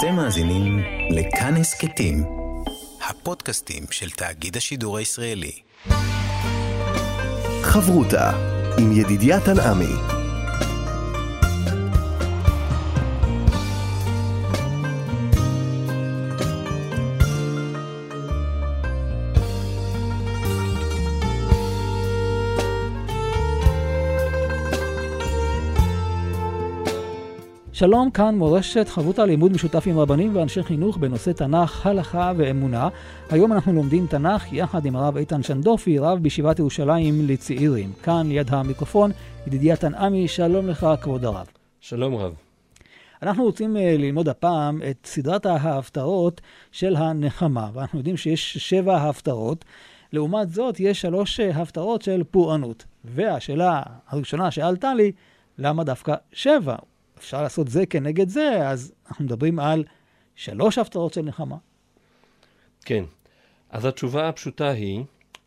אתם מאזינים לכאן הסכתים, הפודקאסטים של תאגיד השידור הישראלי. חברותה עם ידידיה תנעמי. שלום, כאן מורשת, חברותה לימוד משותף עם רבנים ואנשי חינוך בנושא תנ"ך, הלכה ואמונה. היום אנחנו לומדים תנ"ך יחד עם הרב איתן שנדורפי, רב בישיבת ירושלים לצעירים. כאן ליד המיקרופון, ידידיה תנעמי, שלום לך כבוד הרב. שלום רב. אנחנו רוצים ללמוד הפעם את סדרת ההפטרות של הנחמה, ואנחנו יודעים שיש 7 הפטרות. לעומת זאת יש 3 הפטרות של פורענות. והשאלה הראשונה שעלתה לי, למה דווקא 7? אפשר לעשות זה כנגד זה, אז אנחנו מדברים על 3 הפטרות של נחמה. כן, אז התשובה הפשוטה היא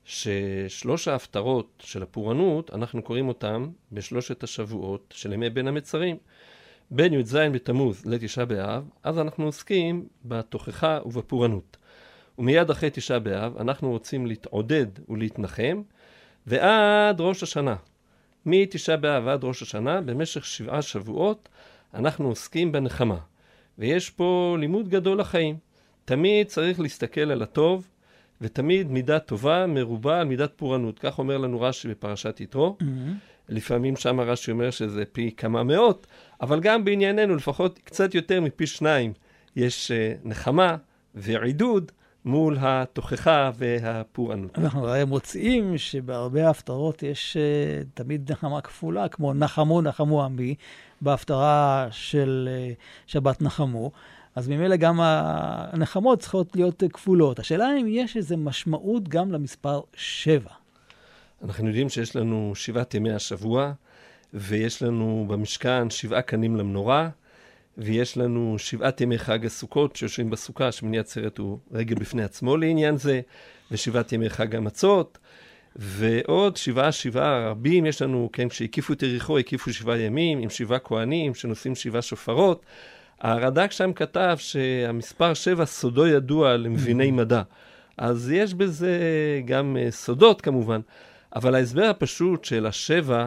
ש3 ההפטרות של הפורענות, אנחנו קוראים אותם בשלושת השבועות של ימי בין המצרים. בין י"ז בתמוז לתשעה באב, אז אנחנו עוסקים בתוכחה ובפורענות. ומיד אחרי תשעה באב אנחנו רוצים להתעודד ולהתנחם, ועד ראש השנה. מתשעה באב עד ראש השנה, במשך 7 שבועות, אנחנו עוסקים בנחמה. ויש פה לימוד גדול לחיים. תמיד צריך להסתכל על הטוב, ותמיד מידה טובה מרובה על מידת פורענות. כך אומר לנו רש"י בפרשת יתרו. לפעמים שם רש"י אומר שזה פי כמה מאות, אבל גם בענייננו לפחות קצת יותר מפי 2 יש נחמה ועידוד מול התוכחה והפורענות. אנחנו הרי מוצאים שבהרבה הפטרות יש תמיד נחמה כפולה, כמו נחמו נחמו עמי, בהפטרה של שבת נחמו. אז ממילא גם הנחמות צריכות להיות כפולות. השאלה אם יש איזו משמעות גם למספר 7. אנחנו יודעים שיש לנו 7 ימי השבוע, ויש לנו במשכן 7 קנים למנורה, ויש לנו 7 ימי חג הסוכות שיושבים בסוכה, שמיני עצרת הוא רגל בפני עצמו לעניין זה, ו7 ימי חג המצות, ועוד 7 רבים יש לנו, כן, כשהקיפו את יריחו, הקיפו 7 ימים עם 7 כהנים שנושאים 7 שופרות. הרד"ק שם כתב שהמספר 7 סודו ידוע למביני מדע. אז יש בזה גם סודות כמובן, אבל ההסבר הפשוט של 7,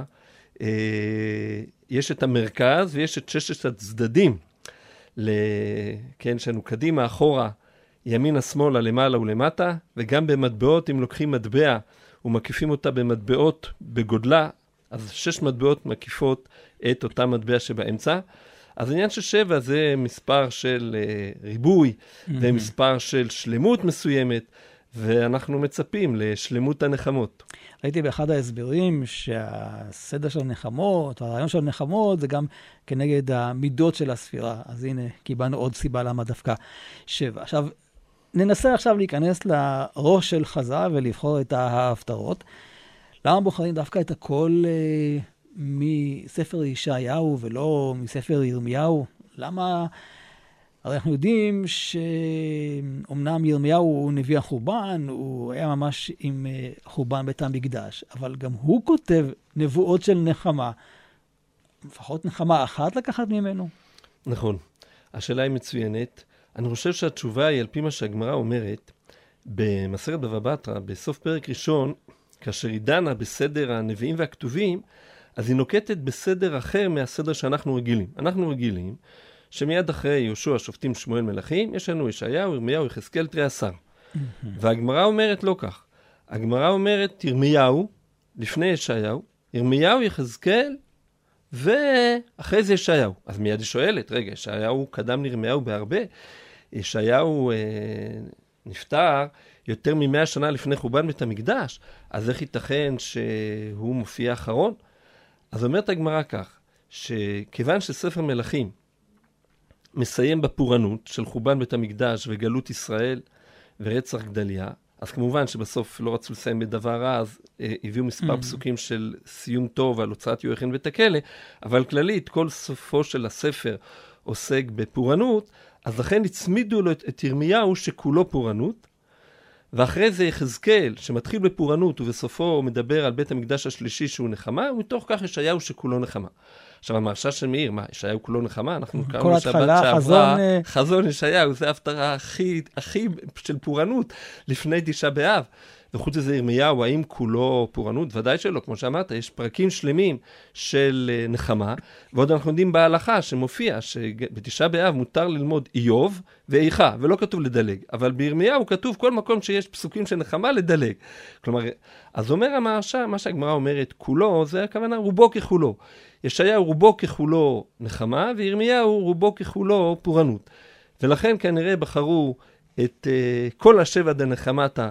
יש את המרכז ויש את 6 הצדדים. כן, שאנו קדימה, אחורה, ימינה, שמאלה, למעלה ולמטה, וגם במטבעות, אם לוקחים מטבע ומקיפים אותה במטבעות בגודלה, אז 6 מטבעות מקיפות את אותה מטבע שבאמצע. אז העניין של 7 זה מספר של ריבוי, ומספר של שלמות מסוימת, ואנחנו מצפים לשלמות הנחמות. ראיתי באחד ההסברים שהסדר של הנחמות, הרעיון של הנחמות, זה גם כנגד המידות של הספירה. אז הנה, קיבלנו עוד סיבה למה דווקא 7. עכשיו, ננסה עכשיו להיכנס לראש של חזה ולבחור את ההפטרות. למה בוחרים דווקא את הכל מספר ישעיהו ולא מספר ירמיהו? למה? הרי אנחנו יודעים שאומנם ירמיהו הוא נביא החורבן, הוא היה ממש עם חורבן בית המקדש, אבל גם הוא כותב נבואות של נחמה. לפחות נחמה אחת לקחת ממנו. נכון. השאלה היא מצוינת. אני חושב שהתשובה היא על פי מה שהגמרא אומרת, במסכת בבא בתרא, בסוף פרק ראשון, כאשר היא דנה בסדר הנביאים והכתובים, אז היא נוקטת בסדר אחר מהסדר שאנחנו רגילים. אנחנו רגילים שמיד אחרי יהושע, שופטים, שמואל, מלכים, יש לנו ישעיהו, ירמיהו, יחזקאל, 13. והגמרא אומרת לא כך. הגמרא אומרת ירמיהו, לפני ישעיהו, ירמיהו, יחזקאל, ואחרי זה ישעיהו. אז מיד היא שואלת, רגע, ישעיהו קדם לירמיהו בהרבה. ישעיהו נפטר יותר מ100 שנה לפני חורבן בית המקדש, אז איך ייתכן שהוא מופיע אחרון? אז אומרת הגמרא כך, שכיוון שספר מלכים מסיים בפורענות של חורבן בית המקדש וגלות ישראל ורצח גדליה, אז כמובן שבסוף לא רצו לסיים בדבר רע, אז הביאו מספר פסוקים של סיום טוב על הוצאת יהויכין בית הכלא, אבל כללית כל סופו של הספר עוסק בפורענות, אז לכן הצמידו לו את ירמיהו שכולו פורענות, ואחרי זה יחזקאל, שמתחיל בפורענות ובסופו מדבר על בית המקדש השלישי שהוא נחמה, ומתוך כך ישעיהו שכולו נחמה. עכשיו, המרשה של מאיר, מה, ישעיהו כולו נחמה? אנחנו קראנו שבת שעברה, חזון ישעיהו, זה ההפטרה הכי של פורענות לפני תשעה באב. וחוץ לזה ירמיהו, האם כולו פורענות? ודאי שלא, כמו שאמרת, יש פרקים שלמים של נחמה, ועוד אנחנו יודעים בהלכה שמופיע שבתשעה באב מותר ללמוד איוב ואיכה, ולא כתוב לדלג, אבל בירמיהו כתוב כל מקום שיש פסוקים של נחמה לדלג. כלומר, אז אומר המהרש"א, מה שהגמרא אומרת כולו, זה הכוונה רובו ככולו. ישעיהו רובו ככולו נחמה, וירמיהו רובו ככולו פורענות. ולכן כנראה בחרו את כל השבע דנחמתה,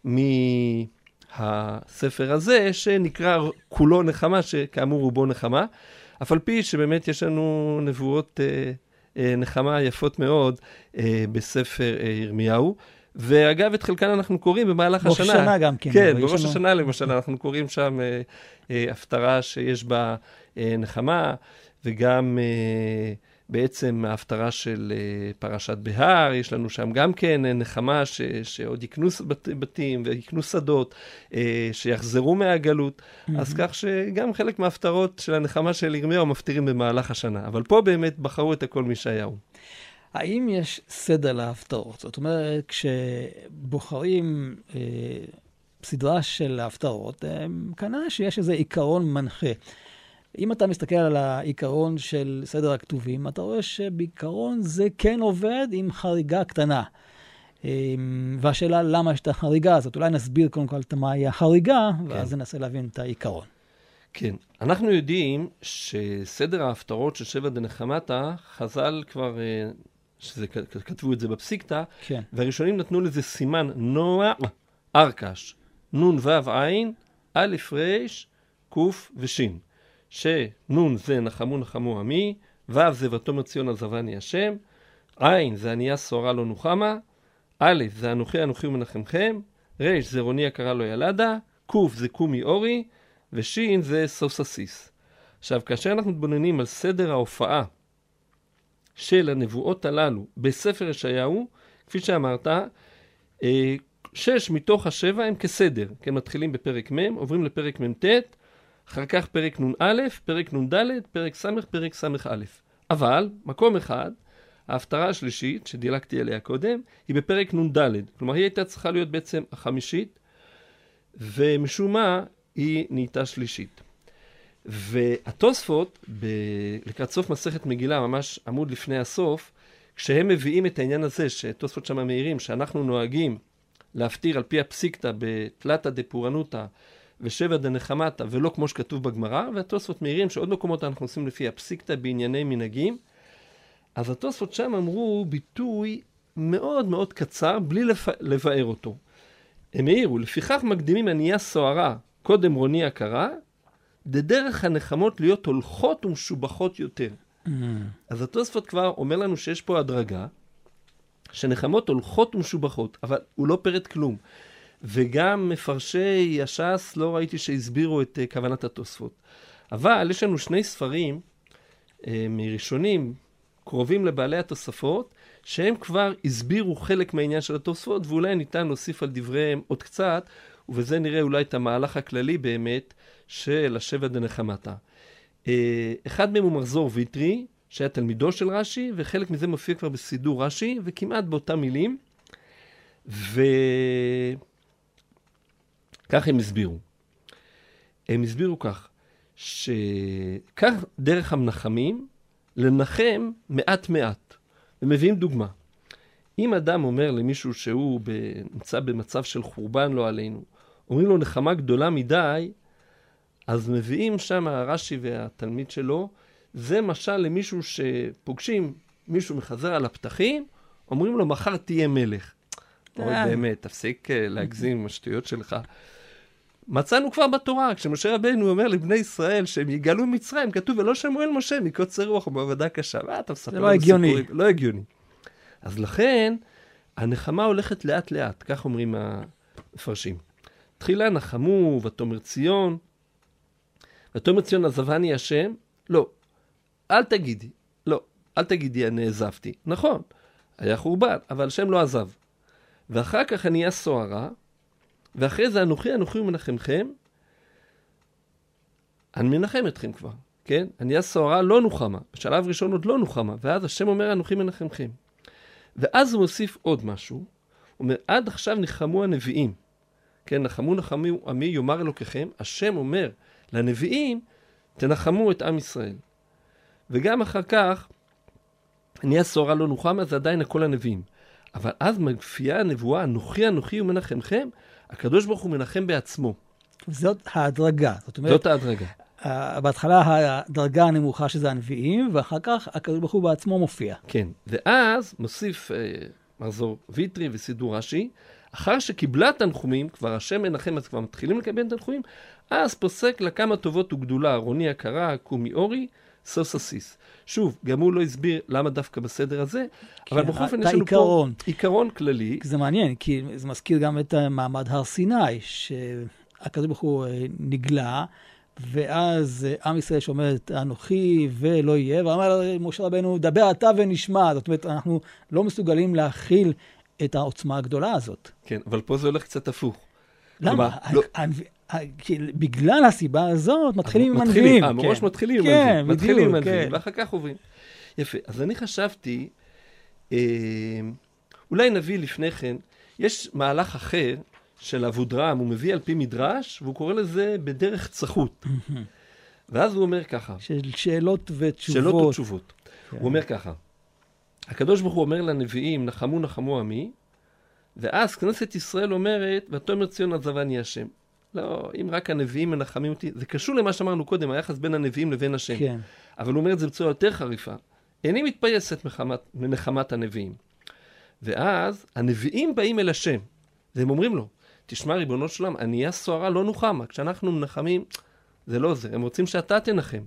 מהספר הזה שנקרא כולו נחמה, שכאמור רובו נחמה, אף על פי שבאמת יש לנו נבואות נחמה יפות מאוד בספר ירמיהו, ואגב את חלקן אנחנו קוראים במהלך השנה. בראש השנה גם כן. כן, בראש השנה למשל אנחנו קוראים שם הפטרה שיש בה נחמה, וגם בעצם ההפטרה של פרשת בהר, יש לנו שם גם כן נחמה שעוד יקנו בתים ויקנו שדות, שיחזרו מהגלות. אז כך שגם חלק מההפטרות של הנחמה של ירמיהו מפטירים במהלך השנה. אבל פה באמת בחרו את הכל מישעיהו. האם יש סדר להפטרות? זאת אומרת, כשבוחרים סדרה של ההפטרות, כנראה שיש איזה עיקרון מנחה. אם אתה מסתכל על העיקרון של סדר הכתובים, אתה רואה שבעיקרון זה כן עובד עם חריגה קטנה. והשאלה למה יש את החריגה הזאת, אולי נסביר קודם כל מהי החריגה, ואז ננסה להבין את העיקרון. כן, אנחנו יודעים שסדר ההפטרות של שבע דנחמתה, חז"ל כבר, כתבו את זה בפסיקתא, כן. והראשונים נתנו לזה סימן נוע ארקש, נון וו עין, א' ר' ק' ושין. שנון זה נחמו נחמו עמי, ו' זה ותאמר ציון עזבני השם, עין זה ענייה סוערה לא נוחמה, א' זה אנוכי אנוכי ומנחמכם, ר' זה רוני יקרה לא ילדה, ק' זה קומי אורי, ושין זה סוף ססיס. עכשיו, כאשר אנחנו מתבוננים על סדר ההופעה של הנבואות הללו בספר ישעיהו, כפי שאמרת, 6 מתוך 7 הם כסדר, כן, מתחילים בפרק מ', עוברים לפרק מ' ט', אחר כך פרק נ"א, פרק נ"ד, פרק ס', פרק ס"א. אבל, מקום אחד, ההפטרה השלישית, שדילגתי עליה קודם, היא בפרק נ"ד. כלומר, היא הייתה צריכה להיות בעצם החמישית, ומשום מה היא נהייתה שלישית. והתוספות, לקראת סוף מסכת מגילה, ממש עמוד לפני הסוף, כשהם מביאים את העניין הזה, שתוספות שם מהירים, שאנחנו נוהגים להפטיר על פי הפסיקתא בתלתא דפורענותא, ושבע דנחמתה, ולא כמו שכתוב בגמרא, והתוספות מהירים שעוד מקומות אנחנו עושים לפי הפסיקתא בענייני מנהגים. אז התוספות שם אמרו ביטוי מאוד מאוד קצר, בלי לבאר אותו. הם העירו, לפיכך מקדימים ענייה סוערה, קודם רוני יקרה, דרך הנחמות להיות הולכות ומשובחות יותר. אז התוספות כבר אומר לנו שיש פה הדרגה, שנחמות הולכות ומשובחות, אבל הוא לא פרט כלום. וגם מפרשי הש"ס לא ראיתי שהסבירו את כוונת התוספות. אבל יש לנו שני ספרים מראשונים, קרובים לבעלי התוספות, שהם כבר הסבירו חלק מהעניין של התוספות, ואולי ניתן להוסיף על דבריהם עוד קצת, ובזה נראה אולי את המהלך הכללי באמת של השבע דנחמתה. אחד מהם הוא מחזור ויטרי, שהיה תלמידו של רש"י, וחלק מזה מופיע כבר בסידור רש"י, וכמעט באותם מילים. כך הם הסבירו. הם הסבירו כך, שכך דרך המנחמים, לנחם מעט מעט. ומביאים דוגמה. אם אדם אומר למישהו שהוא נמצא במצב של חורבן לא עלינו, אומרים לו נחמה גדולה מדי, אז מביאים שם הרש"י והתלמיד שלו, זה משל למישהו שפוגשים מישהו מחזר על הפתחים, אומרים לו מחר תהיה מלך. אוי באמת, תפסיק להגזים עם השטויות שלך. מצאנו כבר בתורה, כשמשה רבנו אומר לבני ישראל שהם יגאלו מצרים, כתוב ולא שמעו אל משה מקוצר רוח ובעבודה קשה. אתה מספר זה לא הגיוני. לא הגיוני. אז לכן, הנחמה הולכת לאט לאט, כך אומרים המפרשים. תחילה נחמו ותאמר ציון, ותאמר ציון עזבני השם, לא, אל תגידי, לא, אל תגידי אני עזבתי. נכון, היה חורבן, אבל השם לא עזב. ואחר כך אני אהיה סוערה, ואחרי זה אנוכי ומנחמכם, אני מנחם אתכם כבר, כן? אני אהיה סוערה לא נוחמה, בשלב ראשון עוד לא נוחמה, ואז השם אומר אנוכי מנחמכם. ואז הוא מוסיף עוד משהו, הוא אומר, עד עכשיו נחמו הנביאים, כן? נחמו עמי יאמר אלוקיכם, השם אומר לנביאים, תנחמו את עם ישראל. וגם אחר כך, אני הסוערה לא נוחמה, זה עדיין הכל הנביאים. אבל אז מופיעה הנבואה, אנוכי ומנחמכם, הקדוש ברוך הוא מנחם בעצמו. זאת ההדרגה. זאת ההדרגה. בהתחלה הדרגה הנמוכה שזה הנביאים, ואחר כך הקדוש ברוך הוא בעצמו מופיע. כן, ואז מוסיף מחזור ויטרי וסידור רש"י, אחר שקיבלה תנחומים, כבר השם מנחם, אז כבר מתחילים לקבל תנחומים, אז פוסק לה כמה טובות וגדולה, רוני הקרה, קומי אורי, סוס אסיס. שוב, גם הוא לא הסביר למה דווקא בסדר הזה, אבל בכל אופן יש לנו פה עיקרון כללי. זה מעניין, כי זה מזכיר גם את מעמד הר סיני, שהקדוש ברוך הוא נגלה, ואז עם ישראל שומע את אנוכי ולא יהיה, ואמר משה רבנו, דבר אתה ונשמע. זאת אומרת, אנחנו לא מסוגלים להכיל את העוצמה הגדולה הזאת. כן, אבל פה זה הולך קצת הפוך. למה? בגלל הסיבה הזאת מתחילים עם הנביאים. מראש מתחילים עם הנביאים. מתחילים עם הנביאים, ואחר כך עוברים. יפה, אז אני חשבתי, אולי נביא לפני כן, יש מהלך אחר של אבודרהם, הוא מביא על פי מדרש, והוא קורא לזה בדרך צחות. ואז הוא אומר ככה. של שאלות ותשובות. שאלות ותשובות. הוא אומר ככה, הקדוש ברוך הוא אומר לנביאים, נחמו עמי, ואז כנסת ישראל אומרת, ותאמר ציון עזבני השם. לא, אם רק הנביאים מנחמים אותי, זה קשור למה שאמרנו קודם, היחס בין הנביאים לבין השם. כן. אבל הוא אומר את זה בצורה יותר חריפה. איני מתפייסת מנחמת הנביאים. ואז הנביאים באים אל השם, והם אומרים לו, תשמע ריבונו של עולם, אני אהיה סוערה לא נוחמה. כשאנחנו מנחמים, זה לא זה, הם רוצים שאתה תנחם.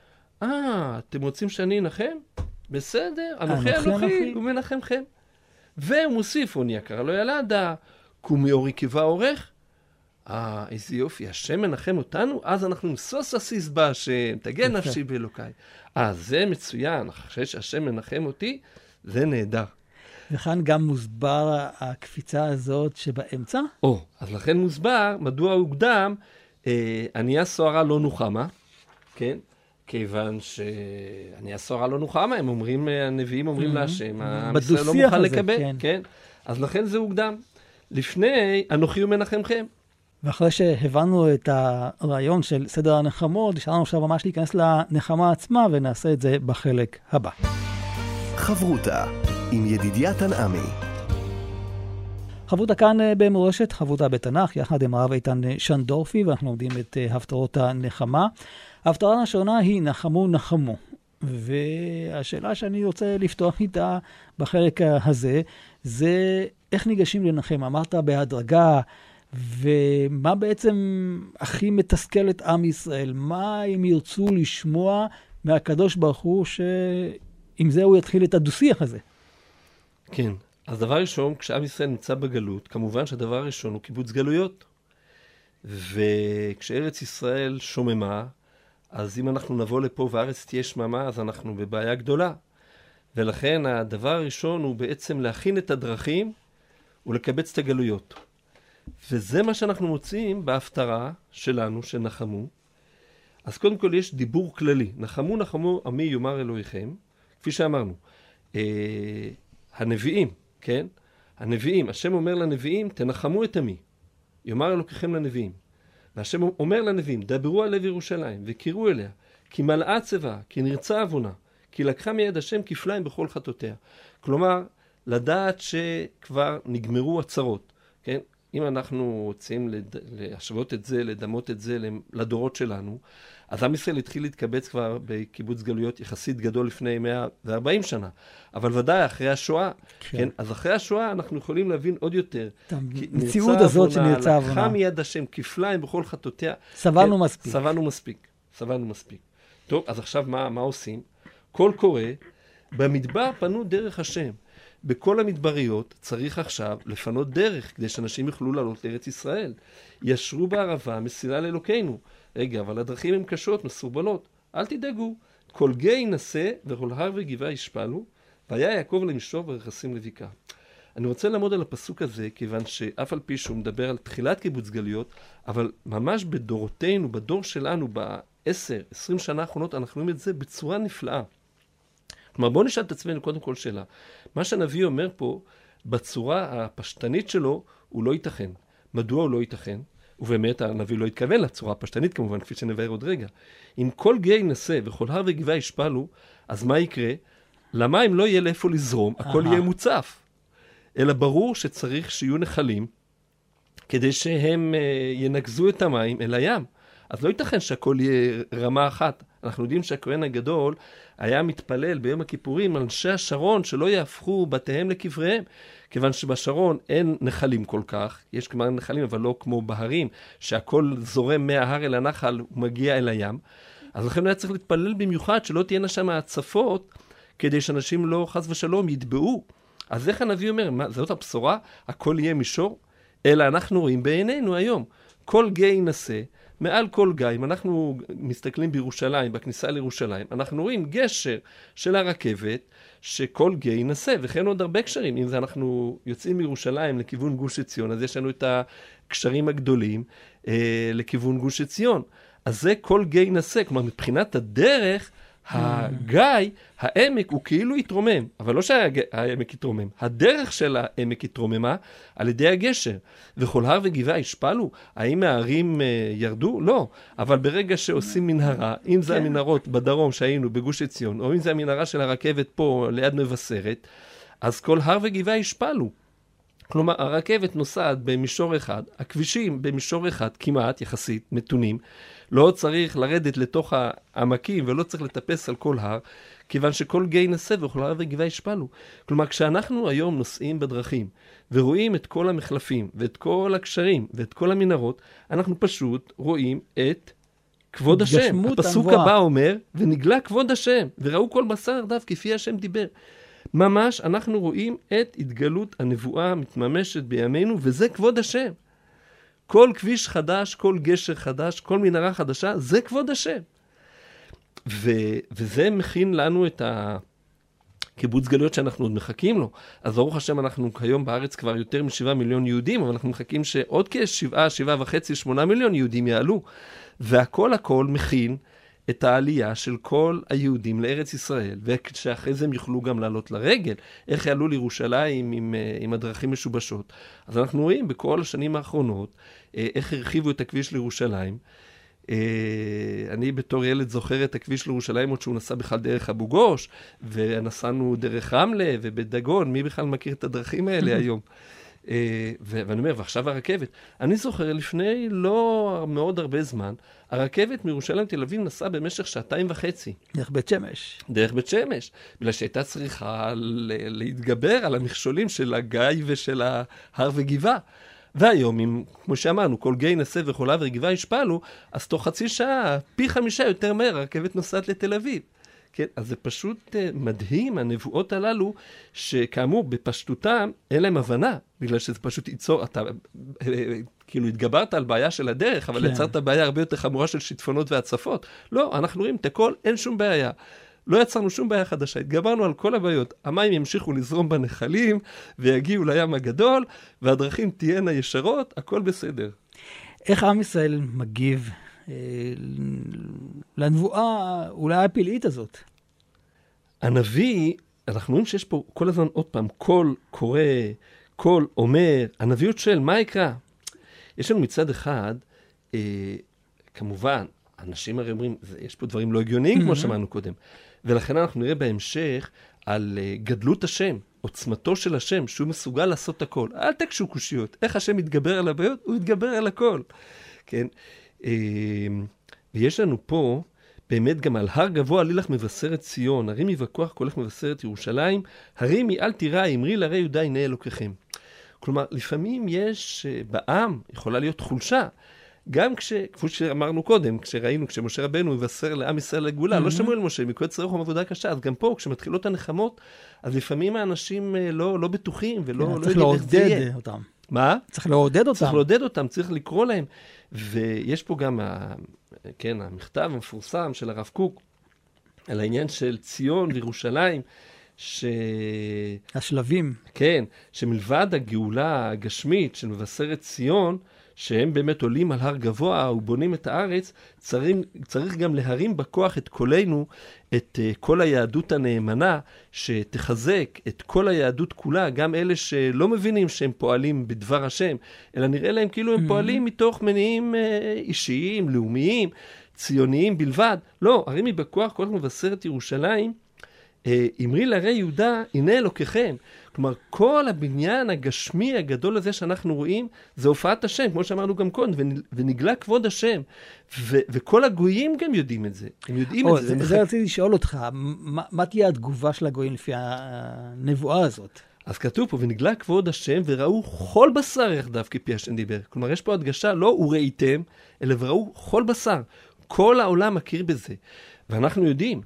אתם רוצים שאני אנחם? בסדר, אנוכי ומנחמכם. והוא מוסיף, עוני יקרה לא ילדה, קומי אורי קיבה עורך. איזה יופי, השם מנחם אותנו, אז אנחנו עם סוס אסיס בה השם, תגן נפשי באלוקיי. זה מצוין, אחרי שהשם מנחם אותי, זה נהדר. וכאן גם מוסבר הקפיצה הזאת שבאמצע? אז לכן מוסבר, מדוע הוקדם, אני אהיה סוערה לא נוחמה, כן? כיוון שאני הסוערה לא נוחמה, הם אומרים, הנביאים אומרים להשם, ישראל לא מוכן לקבל, כן? אז לכן זה הוקדם. לפני, אנוכי ומנחמכם. ואחרי שהבנו את הרעיון של סדר הנחמות, נשארנו עכשיו ממש להיכנס לנחמה עצמה, ונעשה את זה בחלק הבא. חברותה עם ידידיה תנעמי. חברותה כאן במורשת, חברותה בתנ"ך, יחד עם הרב איתן שנדורפי, ואנחנו לומדים את הפטרות הנחמה. ההפטרה הראשונה היא נחמו. והשאלה שאני רוצה לפתוח איתה בחלק הזה, זה איך ניגשים לנחם. אמרת בהדרגה, ומה בעצם הכי מתסכל את עם ישראל? מה הם ירצו לשמוע מהקדוש ברוך הוא, שעם זה הוא יתחיל את הדו-שיח הזה? כן, אז דבר ראשון, כשעם ישראל נמצא בגלות, כמובן שהדבר הראשון הוא קיבוץ גלויות. וכשארץ ישראל שוממה, אז אם אנחנו נבוא לפה וארץ תהיה שממה, אז אנחנו בבעיה גדולה. ולכן הדבר הראשון הוא בעצם להכין את הדרכים ולקבץ את הגלויות. וזה מה שאנחנו מוצאים בהפטרה שלנו, שנחמו. אז קודם כל יש דיבור כללי. נחמו עמי יאמר אלוהיכם. כפי שאמרנו, הנביאים, כן? הנביאים, השם אומר לנביאים, תנחמו את עמי. יאמר אלוהיכם לנביאים. והשם אומר לנביאים, דברו על לב ירושלים, וקראו אליה, כי מלאה צבא, כי נרצה עוונה, כי לקחה מיד השם כפליים בכל חטאותיה. כלומר, לדעת שכבר נגמרו הצרות, כן? אם אנחנו רוצים להשוות את זה, לדמות את זה לדורות שלנו, אז עם ישראל התחיל להתקבץ כבר בקיבוץ גלויות יחסית גדול לפני 140 שנה. אבל ודאי אחרי השואה, כן? אז אחרי השואה אנחנו יכולים להבין עוד יותר. המציאות הזאת שנרצה עוונה. לקחה מיד השם כפליים בכל חטאותיה. סבלנו מספיק. סבלנו מספיק. טוב, אז עכשיו מה עושים? קול קורא, במדבר פנו דרך השם. בכל המדבריות צריך עכשיו לפנות דרך, כדי שאנשים יוכלו לעלות לארץ ישראל. ישרו בערבה מסילה לאלוקינו. רגע, אבל הדרכים הן קשות, מסורבנות. אל תדאגו. כל גיא ינשא וכל הר וגבעה ישפלו, והיה יעקב למישור ורכסים לבקעה. אני רוצה לעמוד על הפסוק הזה, כיוון שאף על פי שהוא מדבר על תחילת קיבוץ גלויות, אבל ממש בדורותינו, בדור שלנו, ב10-20 שנה האחרונות, אנחנו רואים את זה בצורה נפלאה. כלומר, בואו נשאל את עצמנו קודם כל שאלה. מה שהנביא אומר פה, בצורה הפשטנית שלו, הוא לא ייתכן. מדוע הוא לא ייתכן? ובאמת הנביא לא התכוון לצורה הפשטנית כמובן, כפי שנבהר עוד רגע. אם כל גיא ינסה וכל הר וגבעה ישפלו, אז מה יקרה? למים לא יהיה לאיפה לזרום, הכל יהיה מוצף. אלא ברור שצריך שיהיו נחלים, כדי שהם ינגזו את המים אל הים. אז לא ייתכן שהכל יהיה רמה אחת. אנחנו יודעים שהכהן הגדול היה מתפלל ביום הכיפורים על אנשי השרון שלא יהפכו בתיהם לקבריהם, כיוון שבשרון אין נחלים כל כך, יש כמה נחלים אבל לא כמו בהרים, שהכל זורם מההר אל הנחל ומגיע אל הים, אז לכן היה צריך להתפלל במיוחד שלא תהיינה שם הצפות, כדי שאנשים לא חס ושלום יטבעו. אז איך הנביא אומר, מה, זאת הבשורה? הכל יהיה מישור? אלא אנחנו רואים בעינינו היום, כל גיא ינסה, מעל כל גיא, אם אנחנו מסתכלים בירושלים, בכניסה לירושלים, אנחנו רואים גשר של הרכבת, שכל גיא ינסה, וכן עוד הרבה קשרים. אם זה אנחנו יוצאים מירושלים לכיוון גוש עציון, אז יש לנו את הקשרים הגדולים לכיוון גוש עציון. אז זה כל גיא ינסה, כלומר מבחינת הדרך, הגיא, העמק הוא כאילו יתרומם, אבל לא שהעמק יתרומם, הדרך של העמק יתרוממה על ידי הגשר. וכל הר וגבעה ישפלו? האם הערים ירדו? לא. אבל ברגע שעושים מנהרה, אם זה המנהרות בדרום שהיינו בגוש עציון, או אם זה המנהרה של הרכבת פה ליד מבשרת, אז כל הר וגבעה ישפלו. כלומר, הרכבת נוסעת במישור אחד, הכבישים במישור אחד, כמעט יחסית, מתונים, לא צריך לרדת לתוך העמקים ולא צריך לטפס על כל הר, כיוון שכל גיא ינסה וכל הר וגבעה ישפלו. כלומר, כשאנחנו היום נוסעים בדרכים ורואים את כל המחלפים ואת כל הקשרים ואת כל המנהרות, אנחנו פשוט רואים את כבוד השם. הפסוק הבא אומר, ונגלה כבוד השם, וראו כל בשר ירדיו כפי השם דיבר. ממש אנחנו רואים את התגלות הנבואה מתממשת בימינו, וזה כבוד השם. כל כביש חדש, כל גשר חדש, כל מנהרה חדשה, זה כבוד השם. וזה מכין לנו את הקיבוץ גלויות שאנחנו עוד מחכים לו. אז ברוך השם אנחנו כיום בארץ כבר יותר מ7 מיליון יהודים, אבל אנחנו מחכים שעוד כ7.5-8 מיליון יהודים יעלו. והכל מכין את העלייה של כל היהודים לארץ ישראל, ושאחרי זה הם יוכלו גם לעלות לרגל, איך יעלו לירושלים עם הדרכים משובשות. אז אנחנו רואים בכל השנים האחרונות, איך הרחיבו את הכביש לירושלים. אני בתור ילד זוכר את הכביש לירושלים, עוד שהוא נסע בכלל דרך אבו גוש, ונסענו דרך רמלה ובדגון, מי בכלל מכיר את הדרכים האלה היום? ואני אומר, ועכשיו הרכבת. אני זוכר לפני לא מאוד הרבה זמן, הרכבת מירושלים תל אביב נסעה במשך 2.5 שעות. דרך בית שמש. דרך בית שמש, בגלל שהייתה צריכה להתגבר על המכשולים של הגיא ושל ההר וגבעה. והיום, כמו שאמרנו, כל גיא ינסה וכל הר וגבעה ישפלו, אז תוך חצי שעה, פי 5 יותר מהר, הרכבת נוסעת לתל אביב. כן, אז זה פשוט מדהים, הנבואות הללו, שכאמור, בפשטותם, אין להם הבנה, בגלל שזה פשוט ייצור, אתה כאילו התגברת על בעיה של הדרך, אבל יצרת בעיה הרבה יותר חמורה של שיטפונות והצפות. לא, אנחנו רואים את הכל, אין שום בעיה. לא יצרנו שום בעיה חדשה, התגברנו על כל הבעיות. המים ימשיכו לזרום בנחלים, ויגיעו לים הגדול, והדרכים תהיינה ישרות, הכל בסדר. איך עם ישראל מגיב לנבואה אולי הפלאית הזאת? הנביא, אנחנו רואים שיש פה כל הזמן עוד פעם, קול קורא, קול אומר, הנביא שואל, מה יקרה? יש לנו מצד אחד, כמובן, אנשים הרי אומרים, יש פה דברים לא הגיוניים, כמו שמענו קודם, ולכן אנחנו נראה בהמשך על גדלות השם, עוצמתו של השם, שהוא מסוגל לעשות הכל. אל תקשו קושיות, איך השם יתגבר על הבעיות? הוא יתגבר על הכל. כן? ויש לנו פה, באמת גם על הר גבוה עלילך מבשרת ציון, הרים יבקוח קולך מבשרת ירושלים, הרימי אל תירא, אמרי להרי יהודה הנה אלוקיכם. כלומר, לפעמים יש בעם, יכולה להיות חולשה, גם כמו שאמרנו קודם, כשראינו, כשמשה רבנו מבשר לעם ישראל לגאולה, לא שמעו אל משה, מקוצר רוחם עבודה קשה, אז גם פה, כשמתחילות הנחמות, אז לפעמים האנשים לא בטוחים, ולא יודעים איך זה יהיה. צריך לעודד אותם. מה? צריך לעודד אותם. צריך לעודד אותם, צריך לקרוא להם. ויש פה גם המכתב המפורסם של הרב קוק, על העניין של ציון וירושלים, השלבים. כן, שמלבד הגאולה הגשמית של מבשרת ציון, שהם באמת עולים על הר גבוה ובונים את הארץ, צריך גם להרים בכוח את קולנו, את כל היהדות הנאמנה, שתחזק את כל היהדות כולה, גם אלה שלא מבינים שהם פועלים בדבר השם, אלא נראה להם כאילו הם פועלים מתוך מניעים אישיים, לאומיים, ציוניים בלבד. לא, הרימי בכוח כל מבשרת ירושלים, אמרי להרי יהודה, הנה אלוקיכם. כלומר, כל הבניין הגשמי הגדול הזה שאנחנו רואים, זה הופעת השם, כמו שאמרנו גם קודם, ונגלה כבוד השם. וכל הגויים גם יודעים את זה. הם יודעים את זה. זה רציתי לשאול אותך, מה תהיה התגובה של הגויים לפי הנבואה הזאת? אז כתוב פה, ונגלה כבוד השם, וראו כל בשר יחדיו כפי השם דיבר. כלומר, יש פה הדגשה, לא וראיתם, אלא וראו כל בשר. כל העולם מכיר בזה. ואנחנו יודעים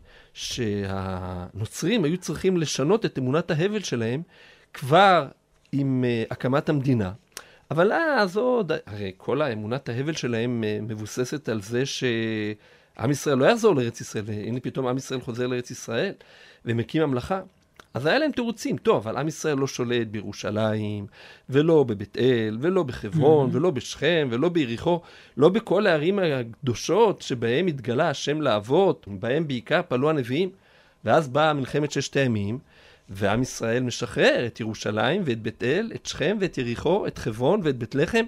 שהנוצרים היו צריכים לשנות את אמונת ההבל שלהם כבר עם הקמת המדינה. אבל אז עוד, הרי כל האמונת ההבל שלהם מבוססת על זה שעם ישראל לא יחזור לארץ ישראל, והנה פתאום עם ישראל חוזר לארץ ישראל ומקים ממלכה. אז היה להם תירוצים, טוב, אבל עם ישראל לא שולט בירושלים, ולא בבית אל, ולא בחברון, ולא בשכם, ולא ביריחו, לא בכל הערים הקדושות שבהם התגלה השם לאבות, בהם בעיקר פעלו הנביאים. ואז באה מלחמת ששת הימים, ועם ישראל משחרר את ירושלים ואת בית אל, את שכם ואת יריחו, את חברון ואת בית לחם,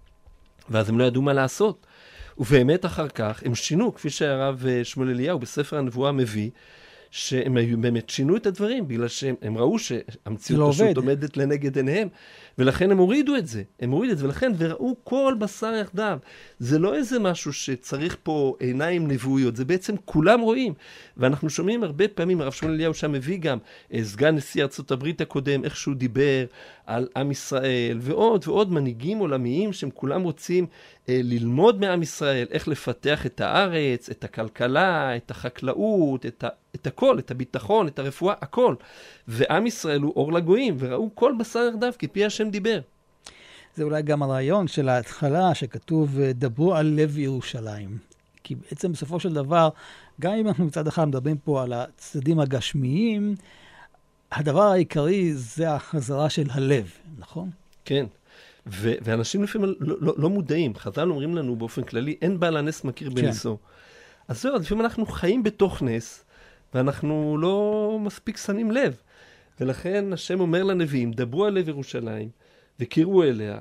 ואז הם לא ידעו מה לעשות. ובאמת אחר כך הם שינו, כפי שהרב שמואל אליהו בספר הנבואה מביא, שהם באמת שינו את הדברים, בגלל שהם ראו שהמציאות פשוט עומדת לנגד עיניהם, ולכן הם הורידו את זה, ולכן וראו כל בשר יחדיו. זה לא איזה משהו שצריך פה עיניים נבואיות, זה בעצם כולם רואים, ואנחנו שומעים הרבה פעמים, הרב שמואל אליהו שם מביא גם סגן נשיא ארצות הברית הקודם, איך שהוא דיבר על עם ישראל, ועוד ועוד מנהיגים עולמיים שהם כולם רוצים ללמוד מעם ישראל, איך לפתח את הארץ, את הכלכלה, את החקלאות, את הכל, את הביטחון, את הרפואה, הכל. ועם ישראל הוא אור לגויים, וראו כל בשר יחדיו כפי השם דיבר. זה אולי גם הרעיון של ההתחלה שכתוב דברו על לב ירושלים. כי בעצם בסופו של דבר, גם אם אנחנו מצד אחד מדברים פה על הצדדים הגשמיים, הדבר העיקרי זה החזרה של הלב, נכון? כן. ואנשים לפעמים לא מודעים. חז"ל אומרים לנו באופן כללי, אין בעל הנס מכיר בניסו. אז זהו, לפעמים אנחנו חיים בתוך נס, ואנחנו לא מספיק שמים לב. ולכן השם אומר לנביאים, דברו על לב ירושלים, וקראו אליה,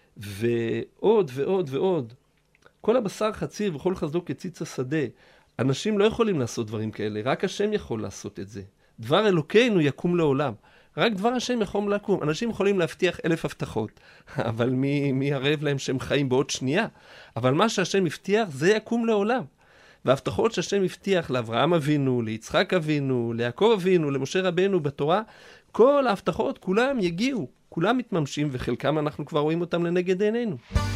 ועוד ועוד ועוד. כל הבשר חציר וכל חסדו כציץ השדה. אנשים לא יכולים לעשות דברים כאלה, רק השם יכול לעשות את זה. דבר אלוקינו יקום לעולם. רק דבר השם יכול לקום. אנשים יכולים להבטיח 1,000 הבטחות, אבל מי ערב להם שהם חיים בעוד שנייה? אבל מה שהשם הבטיח זה יקום לעולם. וההבטחות שהשם הבטיח לאברהם אבינו, ליצחק אבינו, ליעקב אבינו, למשה רבנו בתורה, כל ההבטחות כולם יגיעו, כולם מתממשים, וחלקם אנחנו כבר רואים אותם לנגד עינינו.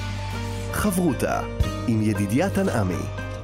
חברותה עם ידידיה תנעמי.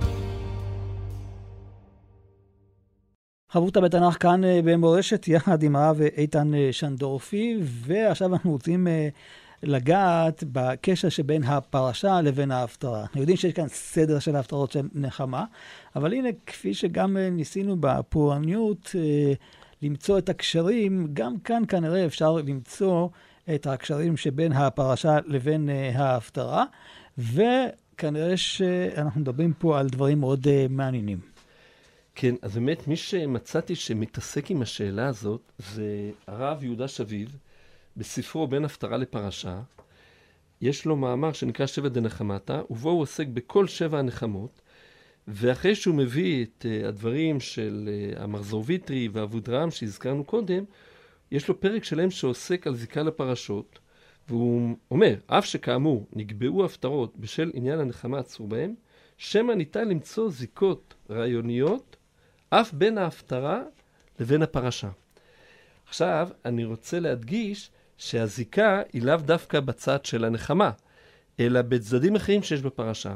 חברותה בתנ"ך כאן במורשת יחד עם הרב איתן שנדורפי, ועכשיו אנחנו רוצים לגעת בקשר שבין הפרשה לבין ההפטרה. אנחנו יודעים שיש כאן סדר של ההפטרות של נחמה, אבל הנה, כפי שגם ניסינו בפורעניות למצוא את הקשרים, גם כאן כנראה אפשר למצוא את הקשרים שבין הפרשה לבין ההפטרה, וכנראה שאנחנו מדברים פה על דברים מאוד מעניינים. כן, אז באמת מי שמצאתי שמתעסק עם השאלה הזאת, זה הרב יהודה שביב, בספרו בין הפטרה לפרשה. יש לו מאמר שנקרא שבע דנחמתה, ובו הוא עוסק בכל 7 הנחמות, ואחרי שהוא מביא את הדברים של המחזור ויטרי ואבודרם שהזכרנו קודם, יש לו פרק שלם שעוסק על זיקה לפרשות, והוא אומר, אף שכאמור נקבעו הפטרות בשל עניין הנחמה הצור בהם, שמא ניתן למצוא זיקות רעיוניות אף בין ההפטרה לבין הפרשה. עכשיו אני רוצה להדגיש שהזיקה היא לאו דווקא בצד של הנחמה, אלא בצדדים אחרים שיש בפרשה.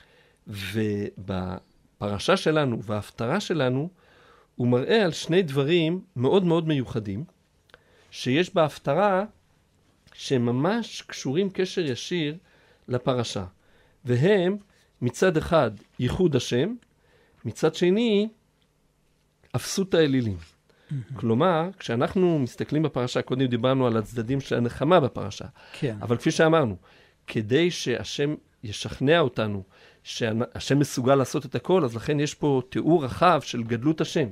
ובפרשה שלנו וההפטרה שלנו הוא מראה על 2 דברים מאוד מאוד מיוחדים, שיש בהפטרה שממש קשורים קשר ישיר לפרשה. והם מצד אחד ייחוד השם, מצד שני אפסות האלילים. כלומר, כשאנחנו מסתכלים בפרשה, קודם דיברנו על הצדדים של הנחמה בפרשה. כן. אבל כפי שאמרנו, כדי שהשם ישכנע אותנו, שהשם מסוגל לעשות את הכל, אז לכן יש פה תיאור רחב של גדלות השם.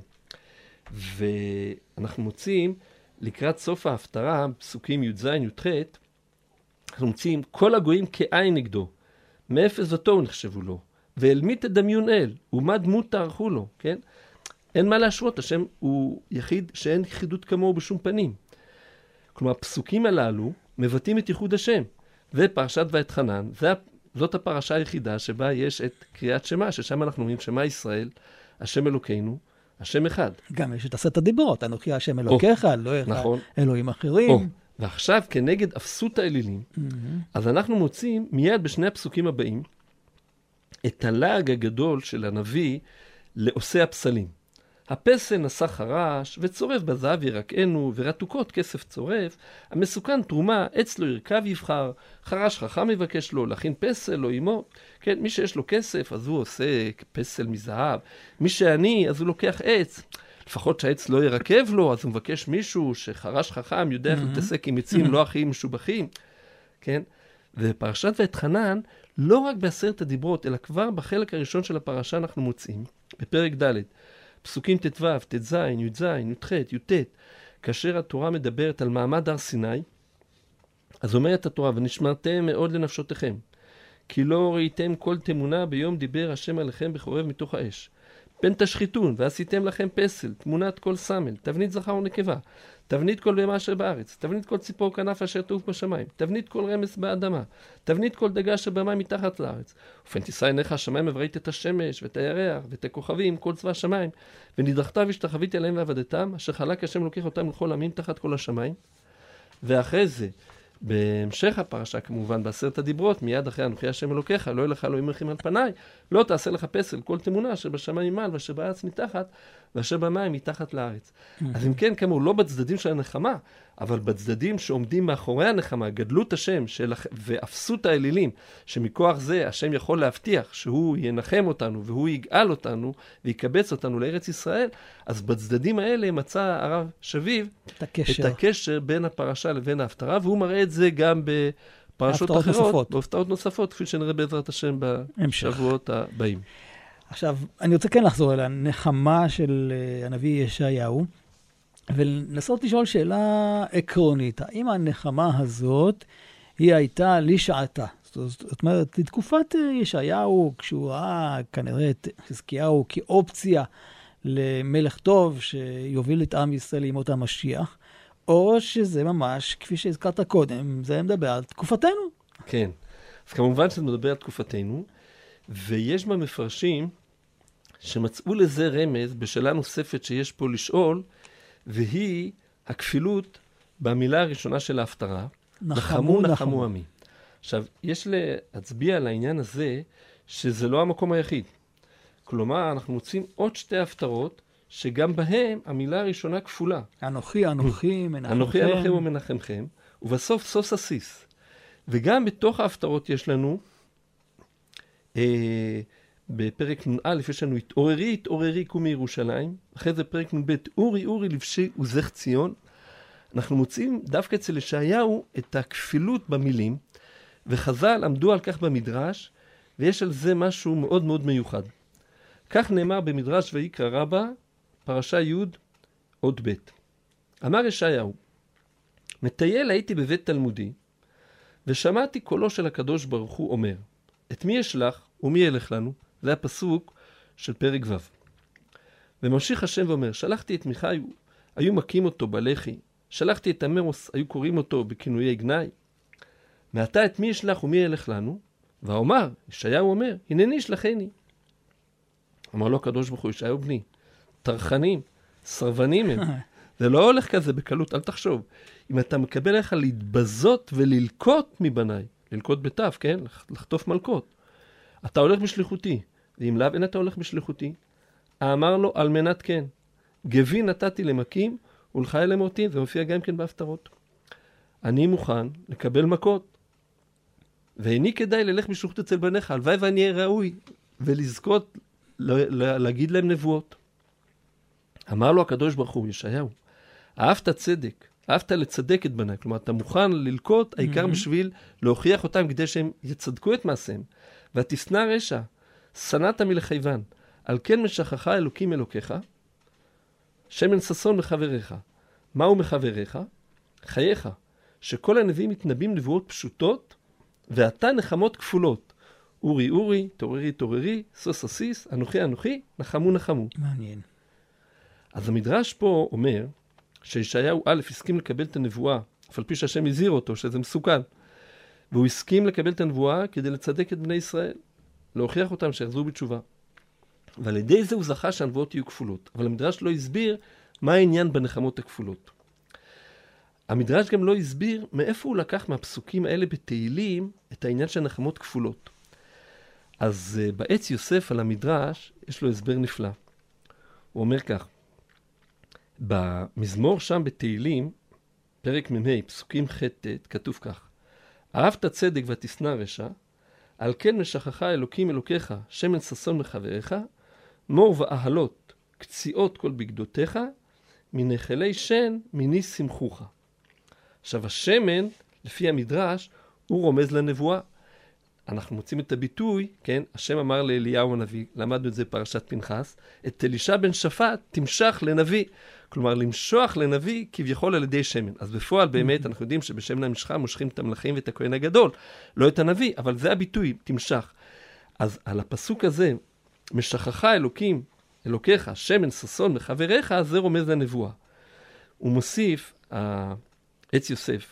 ואנחנו מוצאים, לקראת סוף ההפטרה, פסוקים י"ז, י"ח, אנחנו מוצאים, כל הגויים כעין נגדו, מאפס ותוהו נחשבו לו, ואל מי תדמיון אל, ומה דמות תערכו לו, כן? אין מה להשוות, השם הוא יחיד שאין יחידות כמוהו בשום פנים. כלומר, הפסוקים הללו מבטאים את ייחוד השם, ופרשת ואתחנן, זאת הפרשה היחידה שבה יש את קריאת שמה, ששם אנחנו אומרים שמה ישראל, השם אלוקינו, השם אחד. גם יש את 10 הדיברות, אנוכי השם אלוקיך, לא נכון. אלוהים אחרים. ועכשיו, כנגד אפסות האלילים, אז אנחנו מוצאים מיד בשני הפסוקים הבאים, את הלעג הגדול של הנביא לעושה הפסלים. הפסל נשא חרש, וצורף בזהב ירקענו, ורתוקות כסף צורף, המסוכן תרומה, עץ לא ירכב יבחר, חרש חכם יבקש לו, להכין פסל או אמו. כן, מי שיש לו כסף, אז הוא עושה פסל מזהב. מי שעני, אז הוא לוקח עץ. לפחות שהעץ לא ירכב לו, אז הוא מבקש מישהו שחרש חכם, יודע איך להתעסק עם עצים לא הכי משובחים. כן? ופרשת ואתחנן, לא רק ב10 הדיברות, אלא כבר בחלק הראשון של הפרשה אנחנו מוצאים, בפרק ד', פסוקים ט"ו, ט"ז, י"ז, י"ח, י"ט, כאשר התורה מדברת על מעמד הר סיני, אז אומרת התורה, ונשמרתם מאוד לנפשותיכם, כי לא ראיתם כל תמונה ביום דיבר השם עליכם בחורב מתוך האש. פן תשחיתון, ועשיתם לכם פסל, תמונת כל סמל, תבנית זכר ונקבה, תבנית כל בהמה אשר בארץ, תבנית כל ציפור כנף אשר תעוף בשמיים, תבנית כל רמס באדמה, תבנית כל דגה אשר במים מתחת לארץ. ופן תישא עיניך השמיים וראית את השמש ואת הירח ואת הכוכבים, כל צבא השמיים, ונדרכת והשתחווית עליהם ועבדתם, אשר חלק השם לוקח אותם לכל עמים תחת כל השמיים. ואחרי זה, בהמשך הפרשה כמובן, ב10 הדיברות, מיד אחרי אנוכי השם אלוקיך, לא יהיה לך אלוהים אחרים על פניי, לא תעשה לך פסל, כל תמונה אשר בשמיים מעל ואשר בארץ מתחת, ואשר במים מתחת לארץ. אז אם כן, כאמור, לא בצדדים של הנחמה, אבל בצדדים שעומדים מאחורי הנחמה, גדלות השם ואפסות האלילים, שמכוח זה השם יכול להבטיח שהוא ינחם אותנו, והוא יגאל אותנו, ויקבץ אותנו לארץ ישראל, אז בצדדים האלה מצא הרב שביב את הקשר בין הפרשה לבין ההפטרה, והוא מראה את זה גם בפרשות אחרות, בהפטרות נוספות, כפי שנראה בעזרת השם בשבועות הבאים. עכשיו, אני רוצה כן לחזור אל הנחמה של הנביא ישעיהו, ולנסות לשאול שאלה עקרונית. האם הנחמה הזאת היא הייתה לשעתה? זאת אומרת, לתקופת ישעיהו, כשהוא ראה כנראה את חזקיהו כאופציה למלך טוב שיוביל את עם ישראל לימות המשיח, או שזה ממש, כפי שהזכרת קודם, זה מדבר על תקופתנו. כן. אז כמובן שזה מדבר על תקופתנו, ויש בה מפרשים שמצאו לזה רמז בשאלה נוספת שיש פה לשאול, והיא הכפילות במילה הראשונה של ההפטרה, נחמו נחמו עמי. עכשיו, יש להצביע על העניין הזה שזה לא המקום היחיד. כלומר, אנחנו מוצאים עוד 2 הפטרות, שגם בהם המילה הראשונה כפולה. אנוכי מנחמכם. אנוכי ומנחמכם, ובסוף סוס הסיס. וגם בתוך ההפטרות יש לנו, בפרק נ"א יש לנו התעוררי קומי ירושלים, אחרי זה פרק נ"ב אורי לבשי עוזך ציון. אנחנו מוצאים דווקא אצל ישעיהו את הכפילות במילים, וחז"ל עמדו על כך במדרש, ויש על זה משהו מאוד מאוד מיוחד. כך נאמר במדרש ויקרא רבה, פרשה י' עוד ב'. אמר ישעיהו, מטייל הייתי בבית תלמודי, ושמעתי קולו של הקדוש ברוך הוא אומר, את מי אשלח ומי ילך לנו? זה הפסוק של פרק ו'. וממשיך השם ואומר, שלחתי את מיכה, היו מכים אותו בלחי, שלחתי את עמוס, היו קוראים אותו בכינויי גנאי. מעתה את מי אשלח ומי ילך לנו? ואומר, ישעיהו אומר, הנני שלחני. אמר לו הקדוש ברוך הוא, ישעיהו בני, טרחנים, סרבנים הם. זה לא הולך כזה בקלות, אל תחשוב. אם אתה מקבל לך להתבזות וללקוט מבניי, ללקוט בתף, כן? לחטוף מלכות. אתה הולך בשליחותי, ואם לאו אין אתה הולך בשליחותי. אמר לו, על מנת כן. גבי נתתי למכים ולחיי למותי, זה מופיע גם כן בהפטרות. אני מוכן לקבל מכות. ואיני כדאי ללך בשליחות אצל בניך, הלוואי ואני אהיה ראוי, ולזכות להגיד להם נבואות. אמר לו הקדוש ברוך הוא, ישעיהו, אהבת צדק, אהבת לצדק את בניי, כלומר, אתה מוכן ללקוט העיקר בשביל להוכיח אותם כדי שהם יצדקו את מעשיהם. ותשנא רשע, שנאת מלחייבן, על כן משכחה אלוקים אלוקיך, שמן ששון מחבריך. מהו מחבריך? חייך, שכל הנביאים מתנבאים נבואות פשוטות, ואתה נחמות כפולות. אורי אורי, תוררי תוררי, סוס אסיס, אנוכי אנוכי, נחמו נחמו. מעניין. אז המדרש פה אומר, שישעיהו א' הסכים לקבל את הנבואה, אף על פי שהשם הזהיר אותו, שזה מסוכן. והוא הסכים לקבל את הנבואה כדי לצדק את בני ישראל, להוכיח אותם שיחזרו בתשובה. ועל ידי זה הוא זכה שהנבואות יהיו כפולות. אבל המדרש לא הסביר מה העניין בנחמות הכפולות. המדרש גם לא הסביר מאיפה הוא לקח מהפסוקים האלה בתהילים את העניין של נחמות כפולות. אז בעץ יוסף על המדרש יש לו הסבר נפלא. הוא אומר כך, במזמור שם בתהילים, פרק מ"ה, פסוקים ח'-ט', כתוב כך, אהבת צדק ותשנא רשע, על כן משכחה אלוקים אלוקיך, שמן ששון מחבריך, מור ואהלות, קציעות כל בגדותיך, מנחלי שן מיני שמחוך. עכשיו השמן, לפי המדרש, הוא רומז לנבואה. אנחנו מוצאים את הביטוי, כן, השם אמר לאליהו הנביא, למדנו את זה פרשת פנחס, את אלישע בן שפט תמשך לנביא. כלומר, למשוח לנביא כביכול על ידי שמן. אז בפועל באמת אנחנו יודעים שבשמן המשחה מושכים את המלכים ואת הכהן הגדול, לא את הנביא, אבל זה הביטוי, תמשך. אז על הפסוק הזה, משכחה אלוקים, אלוקיך, שמן ששון מחבריך, זה רומז לנבואה. הוא מוסיף, עץ יוסף,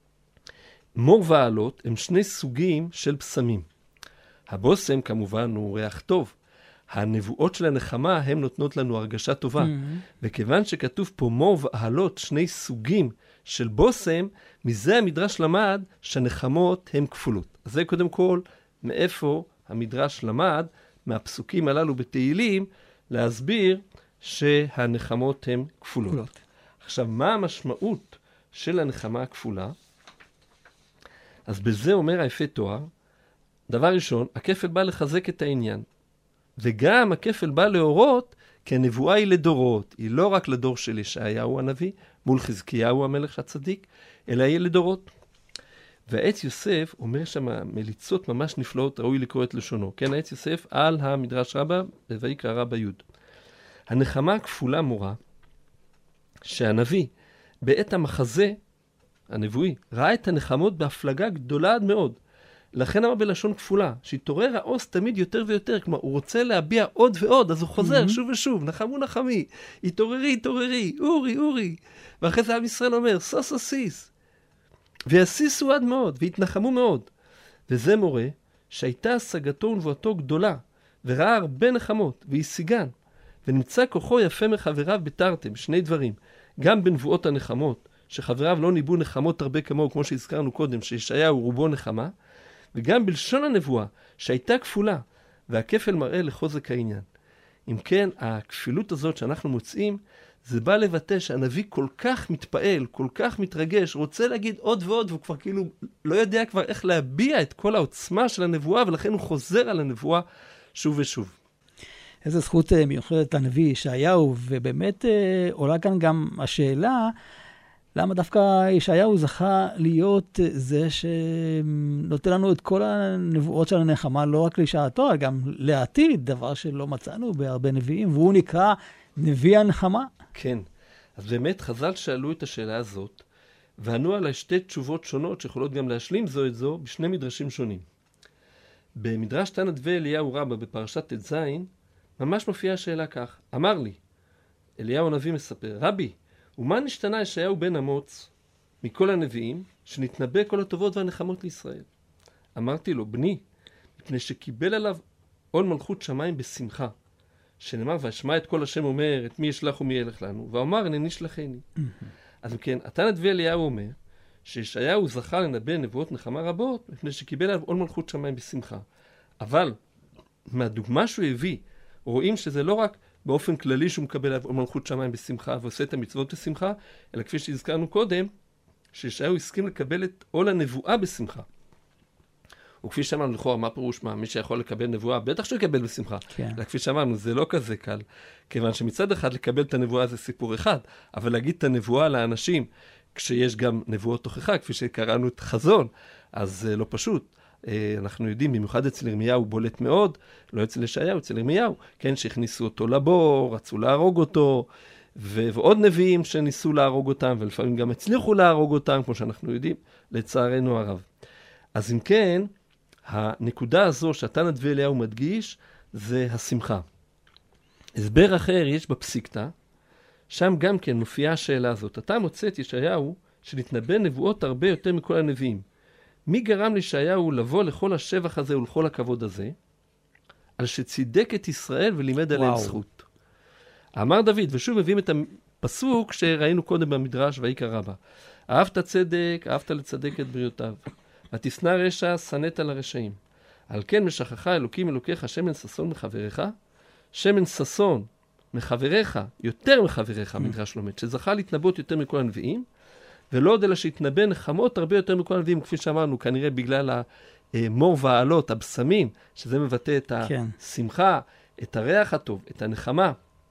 מור ועלות הם שני סוגים של פסמים. הבוסם כמובן הוא ריח טוב. הנבואות של הנחמה הן נותנות לנו הרגשה טובה. וכיוון שכתוב פה מור ועלות, שני סוגים של בוסם, מזה המדרש למד שהנחמות הן כפולות. אז זה קודם כל מאיפה המדרש למד, מהפסוקים הללו בתהילים, להסביר שהנחמות הן כפולות. עכשיו, מה המשמעות של הנחמה הכפולה? אז בזה אומר היפה תואר, דבר ראשון, הכפל בא לחזק את העניין. וגם הכפל בא להורות, כי הנבואה היא לדורות. היא לא רק לדור של ישעיהו הנביא, מול חזקיהו המלך הצדיק, אלא היא לדורות. והעץ יוסף אומר שם מליצות ממש נפלאות, ראוי לקרוא את לשונו. כן, העץ יוסף על המדרש רבה, ויקרא רבה י'. הנחמה הכפולה מורה, שהנביא בעת המחזה, הנבואי, ראה את הנחמות בהפלגה גדולה עד מאוד. לכן אמר בלשון כפולה, שהתעורר העוז תמיד יותר ויותר, כלומר, הוא רוצה להביע עוד ועוד, אז הוא חוזר שוב ושוב, נחמו נחמי, התעוררי, התעוררי, אורי, אורי. ואחרי זה עם ישראל אומר, סוס אסיס. ויסיסו עד מאוד, והתנחמו מאוד. וזה מורה שהייתה השגתו ונבואתו גדולה, וראה הרבה נחמות, והשיגן. ונמצא כוחו יפה מחבריו בתרתם, שני דברים. גם בנבואות הנחמות, שחבריו לא ניבאו נחמות הרבה כמוהו, כמו שהזכרנו קודם, שישעיהו רובו נחמה, וגם בלשון הנבואה, שהייתה כפולה, והכפל מראה לחוזק העניין. אם כן, הכפילות הזאת שאנחנו מוצאים, זה בא לבטא שהנביא כל כך מתפעל, כל כך מתרגש, רוצה להגיד עוד ועוד, והוא כבר כאילו לא יודע כבר איך להביע את כל העוצמה של הנבואה, ולכן הוא חוזר על הנבואה שוב ושוב. איזו זכות מיוחדת לנביא ישעיהו, ובאמת עולה כאן גם השאלה, למה דווקא ישעיהו זכה להיות זה שנותן לנו את כל הנבואות של הנחמה, לא רק לשעתו, אלא גם לעתיד, דבר שלא מצאנו בהרבה נביאים, והוא נקרא נביא הנחמה. כן, אז באמת חז"ל שאלו את השאלה הזאת, וענו עליה שתי תשובות שונות, שיכולות גם להשלים זו את זו, בשני מדרשים שונים. במדרש תנא דבי אליהו רבא, בפרשת ט"ז, ממש מופיעה השאלה כך, אמר לי, אליהו הנביא מספר, רבי, ומה נשתנה ישעיהו בן אמוץ מכל הנביאים שנתנבא כל הטובות והנחמות לישראל? אמרתי לו, בני, מפני שקיבל עליו עול מלכות שמיים בשמחה, שנאמר, ואשמע את כל השם אומר, את מי ישלח ומי ילך לנו, ואומר, הנני שלחני. אז כן, התנא דבי אליהו אומר, שישעיהו זכה לנבא נבואות נחמה רבות, מפני שקיבל עליו עול מלכות שמיים בשמחה. אבל, מהדוגמה שהוא הביא, רואים שזה לא רק באופן כללי שהוא מקבל עליו מלכות שמיים בשמחה ועושה את המצוות בשמחה, אלא כפי שהזכרנו קודם, שישעיהו הסכים לקבל את עול הנבואה בשמחה. וכפי שאמרנו, לכאורה, מה פירוש? מי שיכול לקבל נבואה, בטח שהוא יקבל בשמחה. כן. כפי שאמרנו, זה לא כזה קל, כיוון שמצד אחד לקבל את הנבואה זה סיפור אחד, אבל להגיד את הנבואה לאנשים, כשיש גם נבואות תוכחה, כפי שקראנו את חזון, אז זה לא פשוט. אנחנו יודעים, במיוחד אצל ירמיהו בולט מאוד, לא אצל ישעיהו, אצל ירמיהו, כן, שהכניסו אותו לבור, רצו להרוג אותו, ועוד נביאים שניסו להרוג אותם, ולפעמים גם הצליחו להרוג אותם, כמו שאנחנו יודעים, לצערנו הרב. אז אם כן, הנקודה הזו שאתה נדבי אליהו מדגיש, זה השמחה. הסבר אחר יש בפסיקתא, שם גם כן מופיעה השאלה הזאת. אתה מוצא את ישעיהו שנתנבא נבואות הרבה יותר מכל הנביאים. מי גרם לישעיהו לבוא לכל השבח הזה ולכל הכבוד הזה? על שצידק את ישראל ולימד עליהם זכות. אמר דוד, ושוב מביאים את הפסוק שראינו קודם במדרש, ויקרא רבה. אהבת צדק, אהבת לצדק את בריאותיו. ותשנא רשע, שנאת לרשעים. על כן משכחה אלוקים אלוקיך שמן ששון מחבריך, שמן ששון מחבריך, יותר מחבריך, מדרש לומד, שזכה להתנבאות יותר מכל הנביאים, ולא עוד אלא שהתנבא נחמות הרבה יותר מכל הנביאים, כפי שאמרנו, כנראה בגלל המור והעלות, הבשמים, שזה מבטא את השמחה, את הריח הטוב, את הנחמה.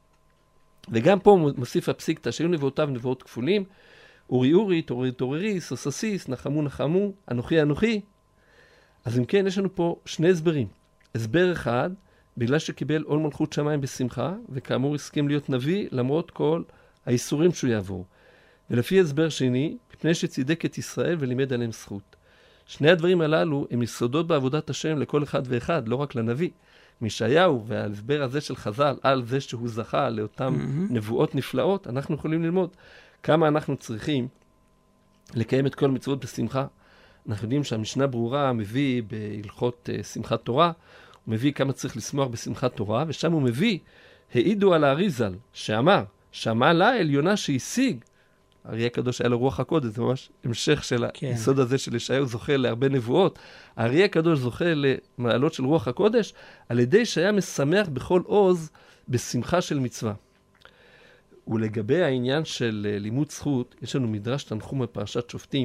וגם פה מוסיף הפסיקתא, שהיו נבואותיו נבואות כפולים, אורי אורי, תוררי תוררי, סוססיס, נחמו נחמו, אנוכי אנוכי. אז אם כן, יש לנו פה שני הסברים. הסבר אחד, בגלל שקיבל עול מלכות שמיים בשמחה, וכאמור הסכים להיות נביא, למרות כל האיסורים שהוא יעבור. ולפי הסבר שני, מפני שצידק את ישראל ולימד עליהם זכות. שני הדברים הללו הם יסודות בעבודת השם לכל אחד ואחד, לא רק לנביא. מישעיהו וההסבר הזה של חז"ל, על זה שהוא זכה לאותן נבואות נפלאות, אנחנו יכולים ללמוד כמה אנחנו צריכים לקיים את כל המצוות בשמחה. אנחנו יודעים שהמשנה ברורה מביא בהלכות שמחת תורה, הוא מביא כמה צריך לשמוח בשמחת תורה, ושם הוא מביא, העידו על האריזל, שאמר, שמע עליונה שהשיג, האריה הקדוש היה לו רוח הקודש, זה ממש המשך של היסוד הזה של ישעיהו זוכה להרבה נבואות. האריה הקדוש זוכה למעלות של רוח הקודש, על ידי שהיה משמח בכל עוז בשמחה של מצווה. ולגבי העניין של לימוד זכות, יש לנו מדרש תנחום בפרשת שופטים,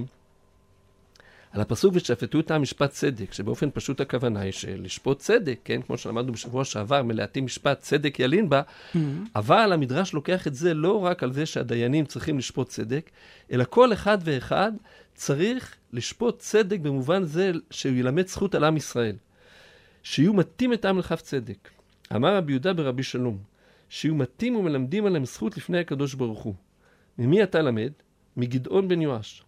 על הפסוק ושפטו את המשפט צדק, שבאופן פשוט הכוונה היא שלשפוט צדק, כן, כמו שלמדנו בשבוע שעבר, מלאתי משפט צדק ילין בה, אבל המדרש לוקח את זה לא רק על זה שהדיינים צריכים לשפוט צדק, אלא כל אחד ואחד צריך לשפוט צדק במובן זה שהוא ילמד זכות על עם ישראל. שיהיו מתים את העם לכף צדק. אמר רבי יהודה ברבי שלום, שיהיו מתים ומלמדים עליהם זכות לפני הקדוש ברוך הוא. ממי אתה למד? מגדעון בן יואש.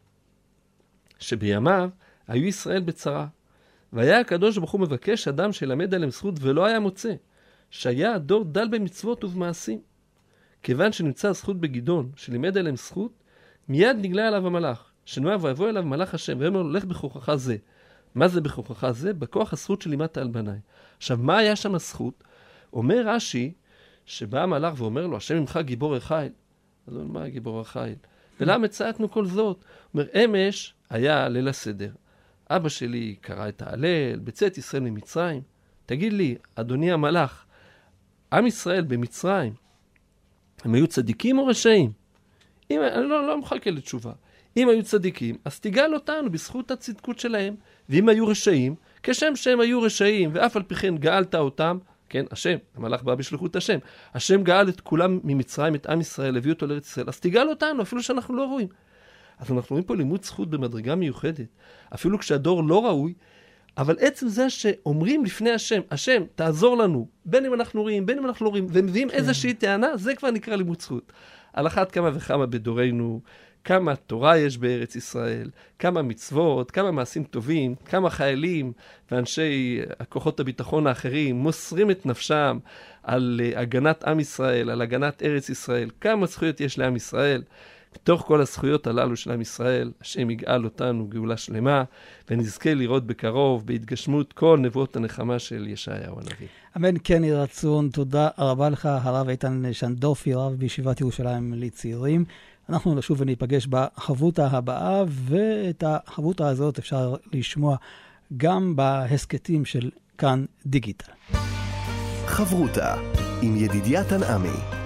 שבימיו היו ישראל בצרה, והיה הקדוש ברוך הוא מבקש אדם שילמד עליהם זכות ולא היה מוצא, שהיה הדור דל במצוות ובמעשים. כיוון שנמצא זכות בגדעון, שלימד עליהם זכות, מיד נגלה עליו המלאך, שנאמר ויבוא אליו מלאך השם, ואומר לו, לך בכוחך זה. מה זה בכוחך זה? בכוח הזכות שלימדת על בניי. עכשיו, מה היה שם הזכות? אומר רש"י, שבא המלאך ואומר לו, השם ממך גיבור החיל. אז הוא אומר, מה גיבור החיל? ולמה מצאתנו כל זאת? אומר, אמש היה ליל הסדר. אבא שלי קרא את ההלל, בצאת ישראל ממצרים. תגיד לי, אדוני המלאך, עם ישראל במצרים, הם היו צדיקים או רשעים? אני לא מחכה לתשובה. אם היו צדיקים, אז תגאל אותנו בזכות הצדקות שלהם. ואם היו רשעים, כשם שהם היו רשעים, ואף על פי כן גאלת אותם, כן, השם, המלאך בא בשליחות השם. השם גאל את כולם ממצרים, את עם ישראל, הביא אותו לארץ ישראל. אז תגאל אותנו, אפילו שאנחנו לא רואים. אז אנחנו רואים פה לימוד זכות במדרגה מיוחדת. אפילו כשהדור לא ראוי, אבל עצם זה שאומרים לפני השם, השם, תעזור לנו, בין אם אנחנו רואים, בין אם אנחנו לא רואים, ומביאים איזושהי טענה, זה כבר נקרא לימוד זכות. על אחת כמה וכמה בדורנו, כמה תורה יש בארץ ישראל, כמה מצוות, כמה מעשים טובים, כמה חיילים ואנשי הכוחות הביטחון האחרים מוסרים את נפשם על הגנת עם ישראל, על הגנת ארץ ישראל, כמה זכויות יש לעם ישראל. בתוך כל הזכויות הללו של עם ישראל, השם יגאל אותנו גאולה שלמה, ונזכה לראות בקרוב, בהתגשמות כל נבואות הנחמה של ישעיהו הנביא. אמן כן יהי רצון. תודה רבה לך, הרב איתן שנדורפי, רב בישיבת ירושלים לצעירים. אנחנו נשוב וניפגש בחברותה הבאה, ואת החברותה הזאת אפשר לשמוע גם בהסקטים של כאן דיגיטל. חברותה עם ידידיה תנעמי.